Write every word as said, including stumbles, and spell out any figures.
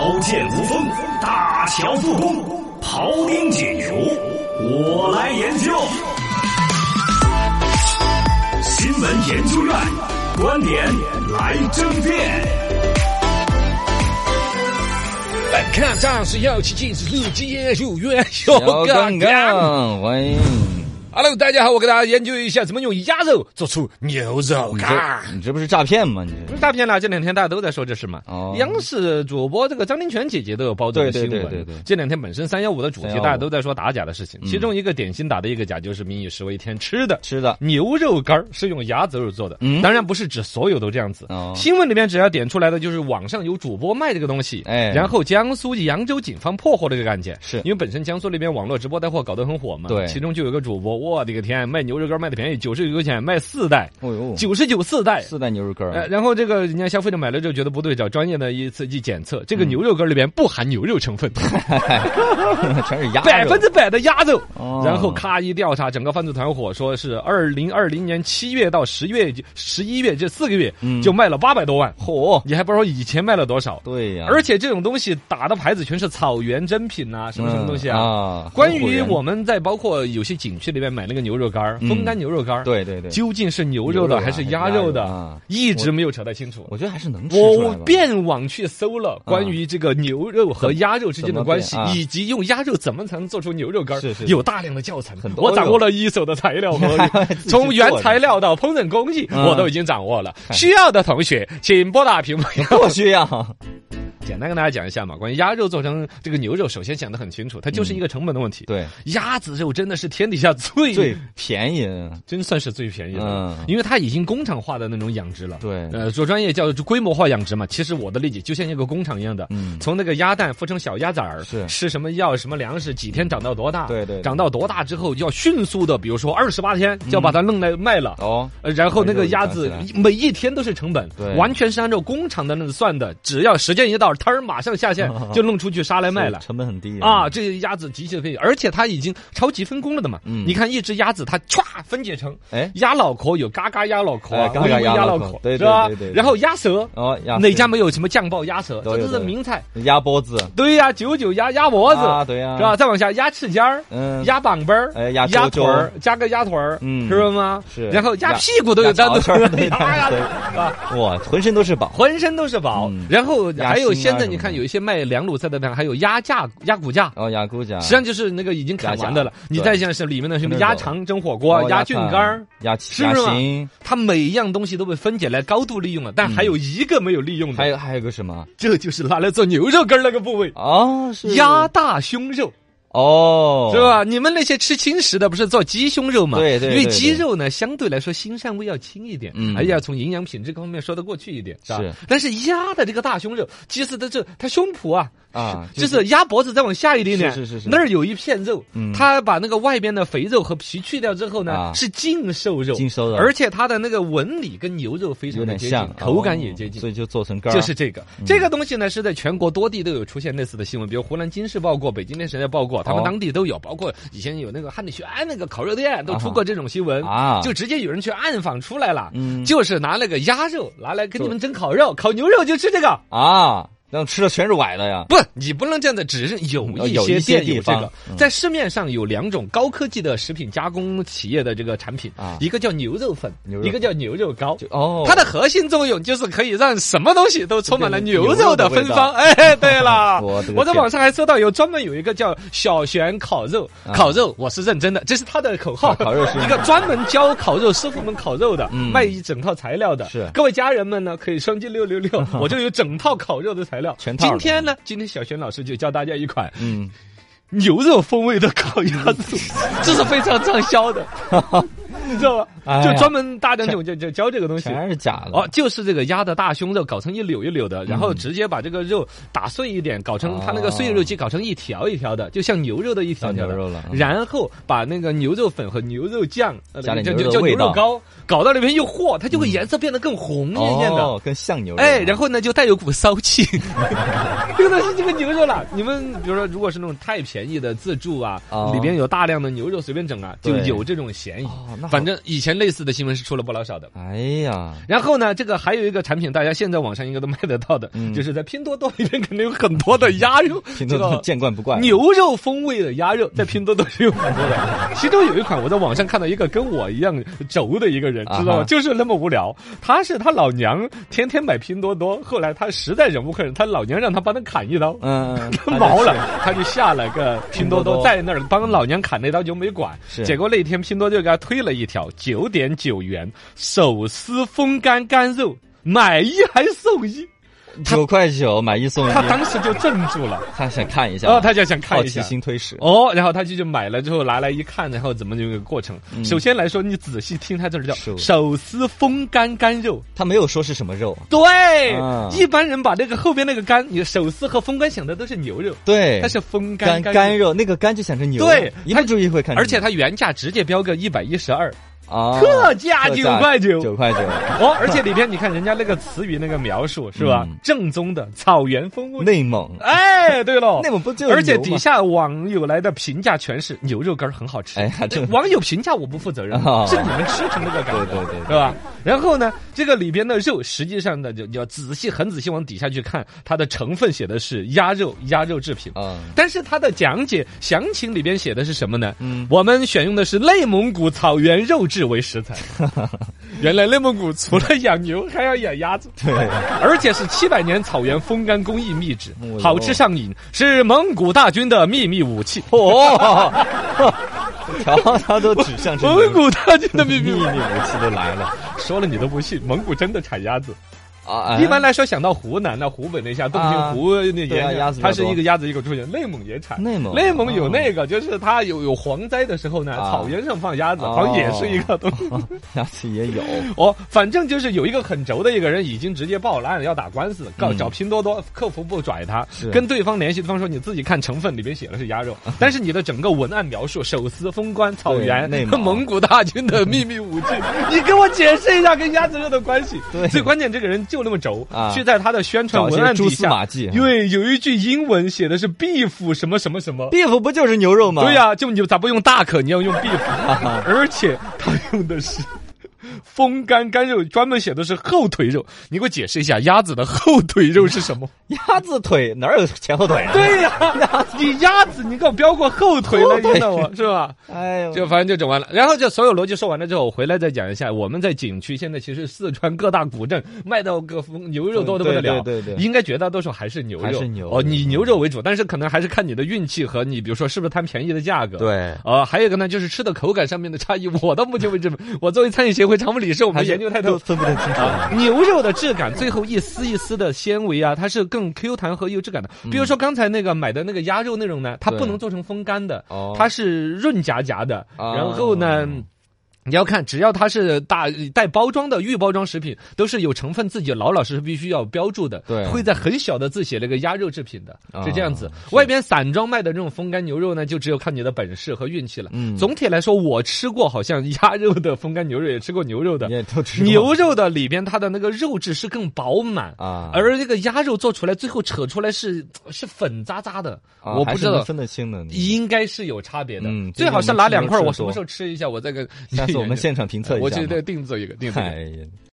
刀剑无锋，大乔复工，庖丁解牛，我来研究。新闻研究院观点来争辩。 来看战士要起进入研究院小刚刚，欢迎。 Hello， 大家好，我给大家研究一下怎么用鸭肉做出牛肉干。 你这不是诈骗吗？你这不是诈骗了，这两天大家都在说这事嘛。哦，央视主播这个张林泉姐姐都有报这个新闻。 对对对对对。 这两天本身三一五的主题大家都在说打假的事情，其中一个典型打的一个假就是民以食为天吃的吃的牛肉干是用鸭子肉做的。嗯，当然不是指所有都这样子。 哦， 新闻里面只要点出来的就是网上有主播卖这个东西，哎，然后江苏扬州警方破获了这个案件， 是因为本身江苏那边网络直播带货搞得很火嘛。 对， 其中就有个主播，我的个天，卖牛肉干卖的便宜，九十九块钱卖四袋， 哦呦， 九十九四袋， 四袋牛肉干。 呃，然后这个人家消费者买了之后觉得不对，找专业的一次一检测，这个牛肉干里边不含牛肉成分， 全是鸭肉， 百分之百的鸭肉。 哦， 然后咔一调查，整个犯罪团伙说是二零二零年七月到十月、十一月这四个月就卖了八百多万。 嚯， 你还不知道以前卖了多少？ 对呀， 而且这种东西打的牌子全是草原真品呐，什么什么东西啊？ 啊， 关于我们在包括有些景区里面买那个牛肉干，风干牛肉干， 对对对， 究竟是牛肉的还是鸭肉的，一直没有扯太清楚。 我觉得还是能吃出来。 我便网去搜了关于这个牛肉和鸭肉之间的关系，以及用鸭肉怎么才能做出牛肉干，有大量的教程，我掌握了一手的材料，从原材料到烹饪工艺我都已经掌握了。需要的同学请拨打屏幕。 不需要。 简单跟大家讲一下嘛，关于鸭肉做成这个牛肉，首先讲得很清楚，它就是一个成本的问题。 嗯、对， 鸭子肉真的是天底下最最便宜， 真算是最便宜的， 嗯， 因为它已经工厂化的那种养殖了。 对， 呃，做专业叫规模化养殖嘛。其实我的理解就像一个工厂一样的，嗯，从那个鸭蛋孵成小鸭崽儿， 是吃什么药、什么粮食，几天长到多大？ 对 对, 对， 长到多大之后要迅速的，比如说二十八天就要把它弄来卖了。 哦、 嗯，然后那个鸭子每一天都是成本， 对， 完全是按照工厂的那算的，只要时间一到，摊儿马上下。就弄出去杀来卖了， 成本很低啊！这鸭子极其的便宜，而且它已经超级分工了的嘛。嗯，你看一只鸭子，它歘分解成，哎，鸭脑壳有嘎嘎鸭脑壳啊， 嘎嘎鸭脑壳， 对对吧？ 对对。 然后鸭舌， 哦， 哪家没有什么酱爆鸭舌？这都是名菜。 鸭脖子， 对呀，九九鸭鸭脖子啊，对呀， 是吧？再往下，鸭翅尖儿，嗯，鸭膀背儿， 哎， 鸭鸭腿儿，加个鸭腿儿，嗯，是吗？ 是。 然后鸭屁股都有单独， 对呀，哇，浑身都是宝， 浑身都是宝。然后还有现在你看有一些卖凉卤菜的。还有鸭架、鸭骨架哦，鸭骨架， 实际上就是那个已经砍完的了。你再像是里面的什么鸭肠蒸火锅、 哦、 鸭菌干、 鸭是不是？它每一样东西都被分解来高度利用了，但还有一个没有利用的， 嗯、还有还有个什么？ 这就是拿来做牛肉干那个部位哦，是鸭大胸肉。 哦， 是吧？你们那些吃轻食的不是做鸡胸肉嘛？ 对 对, 对, 对， 因为鸡肉呢相对来说腥膻味要轻一点，嗯，而且要从营养品质方面说得过去一点，是吧？ 是。 但是鸭的这个大胸肉，其实的这它胸脯啊啊， 就是、就是鸭脖子再往下一点点， 是是 是, 是， 那儿有一片肉， 嗯， 它把那个外边的肥肉和皮去掉之后呢， 啊、 是净瘦肉， 净瘦肉， 而且它的那个纹理跟牛肉非常的接近， 像口感也接近， 哦，所以就做成干。 就是这个、嗯、这个东西呢是在全国多地都有出现类似的新闻，比如湖南经视报过，北京电视台报过，他们当地都有。包括以前有那个汉丽轩那个烤肉店都出过这种新闻啊， 就直接有人去暗访出来了， 嗯， 就是拿那个鸭肉拿来给你们蒸烤肉，烤牛肉就吃这个啊。然后吃的全是崴的呀！ 不，你不能这样的，只是有一些店有这个。嗯、在市面上有两种高科技的食品加工企业的这个产品，啊、一个叫牛肉粉，一个叫牛肉膏。 哦， 它的核心作用就是可以让什么东西都充满了牛肉的芬芳。哎，对了，我, 我在网上还搜到有专门有一个叫小璇烤肉，啊、烤肉我是认真的，这是他的口号。 烤肉是一个专门教烤肉师傅们烤肉的，嗯、卖一整套材料的。 是， 各位家人们呢可以双击六六六，我就有整套烤肉的材料。 全套。 今天呢，今天小璇老师就教大家一款嗯牛肉风味的烤鸭子，这是非常畅销的。你知道吧？哎、就专门大量这种就就教这个东西， 全是假的哦，就是这个鸭的大胸肉搞成一绺一绺的，然后直接把这个肉打碎一点，搞成它那个碎肉机搞成一条一条的，就像牛肉的一条条的。 牛肉了，嗯、 然后把那个牛肉粉和牛肉酱加点牛肉牛肉膏搞到里面一和，它就会颜色变得更红艳艳的， 哦，更像牛肉。 哎，然后呢就带有股骚气。这个东西这个牛肉了，你们比如说如果是那种太便宜的自助啊，哦、里边有大量的牛肉随便整啊，就有这种嫌疑。哦、反反正以前类似的新闻是出了不老少的。 哎呀， 然后呢，这个还有一个产品，大家现在网上应该都买得到的， 嗯、 就是在拼多多里面肯定有很多的鸭肉， 拼多多见惯不惯。 牛肉风味的鸭肉在拼多多是有很多的，其中有一款我在网上看到一个跟我一样轴的一个人，知道吗？就是那么无聊，他是他老娘天天买拼多多，后来他实在忍无可忍，他老娘让他帮他砍一刀， 嗯， 他毛了，他就下了个拼多多，在那儿帮老娘砍那刀就没管，结果那天拼多多就给他推了一条九点九元手撕风干干肉，买一还送一。 九块九买一送一， 他当时就怔住了， 他想看一下， 哦，他就想看一下， 好奇心推使， 哦，然后他就就买了之后拿来一看，然后怎么这个过程？嗯、首先来说，你仔细听，他这儿叫手撕风干干肉， 他没有说是什么肉， 对， 啊、 一般人把那个后边那个干，你手撕和风干想的都是牛肉， 对， 它是风干干干肉，那个干就想成牛肉， 对， 一不注意会看， 而且它原价直接标个一百一十二。 啊， 特价九块九， 九块九哦！而且里边你看人家那个词语那个描述是吧？嗯、正宗的草原风味， 内蒙。 哎，对了， 内蒙不就是？ 而且底下网友来的评价全是牛肉干很好吃。 哎呀，这网友评价我不负责任，哦、是你们吃成那个感觉， 对对 对, 对， 是吧？然后呢，这个里边的肉实际上呢，就要仔细很仔细往底下去看，它的成分写的是鸭肉，鸭肉制品。 嗯， 但是它的讲解详情里边写的是什么呢？ 嗯， 我们选用的是内蒙古草原肉质为食材。原来内蒙古除了养牛还要养鸭子， 对， 而且是七百年草原风干工艺秘制，好吃上瘾，是蒙古大军的秘密武器。 哦，条条都指向蒙古大军的秘密武器都来了， 说了你都不信，蒙古真的产鸭子。 啊， 一般来说想到湖南那湖北那下洞庭湖那沿啊， 它是一个鸭子一个出现，内蒙也产， 内蒙内蒙有那个，就是它有有蝗灾的时候呢，草原上放鸭子，好像也是一个东西， 鸭子也有哦，反正就是有一个很轴的一个人已经直接报了案要打官司，告找拼多多客服部拽他，跟对方联系，对方说你自己看成分里面写的是鸭肉，但是你的整个文案描述手撕风干草原蒙古大军的秘密武器，你给我解释一下跟鸭子肉的关系。最关键这个人就那么轴，去在他的宣传文案底下，因为有一句英文写的是 beef 什么什么什么 ，beef 不就是牛肉吗？ 对呀、啊，就你咋不用大可，你要用 beef， 而且他用的是风干干肉，专门写的是后腿肉，你给我解释一下鸭子的后腿肉是什么？ 鸭子腿哪有前后腿啊？ 对呀、啊，你鸭子你给我标过后腿了，引导我是吧？ 哎呦， 就反正就整完了，然后就所有逻辑说完了之后，我回来再讲一下，我们在景区现在其实四川各大古镇卖到个牛肉多得不得了， 对对 对, 对， 应该绝大多数还是牛肉， 还是牛哦，以牛肉为主，但是可能还是看你的运气和你比如说是不是贪便宜的价格， 对， 呃，还有一个呢就是吃的口感上面的差异，我到目前为止，我作为餐饮协会常务理事，我们研究太多， 分不得清楚、 啊。牛肉的质感，最后一丝一丝的纤维啊，它是更 Q 弹和有质感的。比如说刚才那个买的那个鸭肉那种呢，它不能做成风干的，它是润夹夹的，然后呢。你要看，只要它是大带包装的预包装食品，都是有成分自己老老实实必须要标注的， 对， 会在很小的字写那个鸭肉制品的，哦、是这样子。外边散装卖的这种风干牛肉呢，就只有看你的本事和运气了。嗯，总体来说，我吃过好像鸭肉的风干牛肉，也吃过牛肉的， 也都吃过。 牛肉的里边它的那个肉质是更饱满啊， 而这个鸭肉做出来最后扯出来是是粉渣渣的， 啊、 我不知道分得清的， 应该是有差别的。 嗯， 最好是拿两块，我什么时候吃一下，我再跟。 下次我们现场评测一下， 我觉得定做一个，定做一个。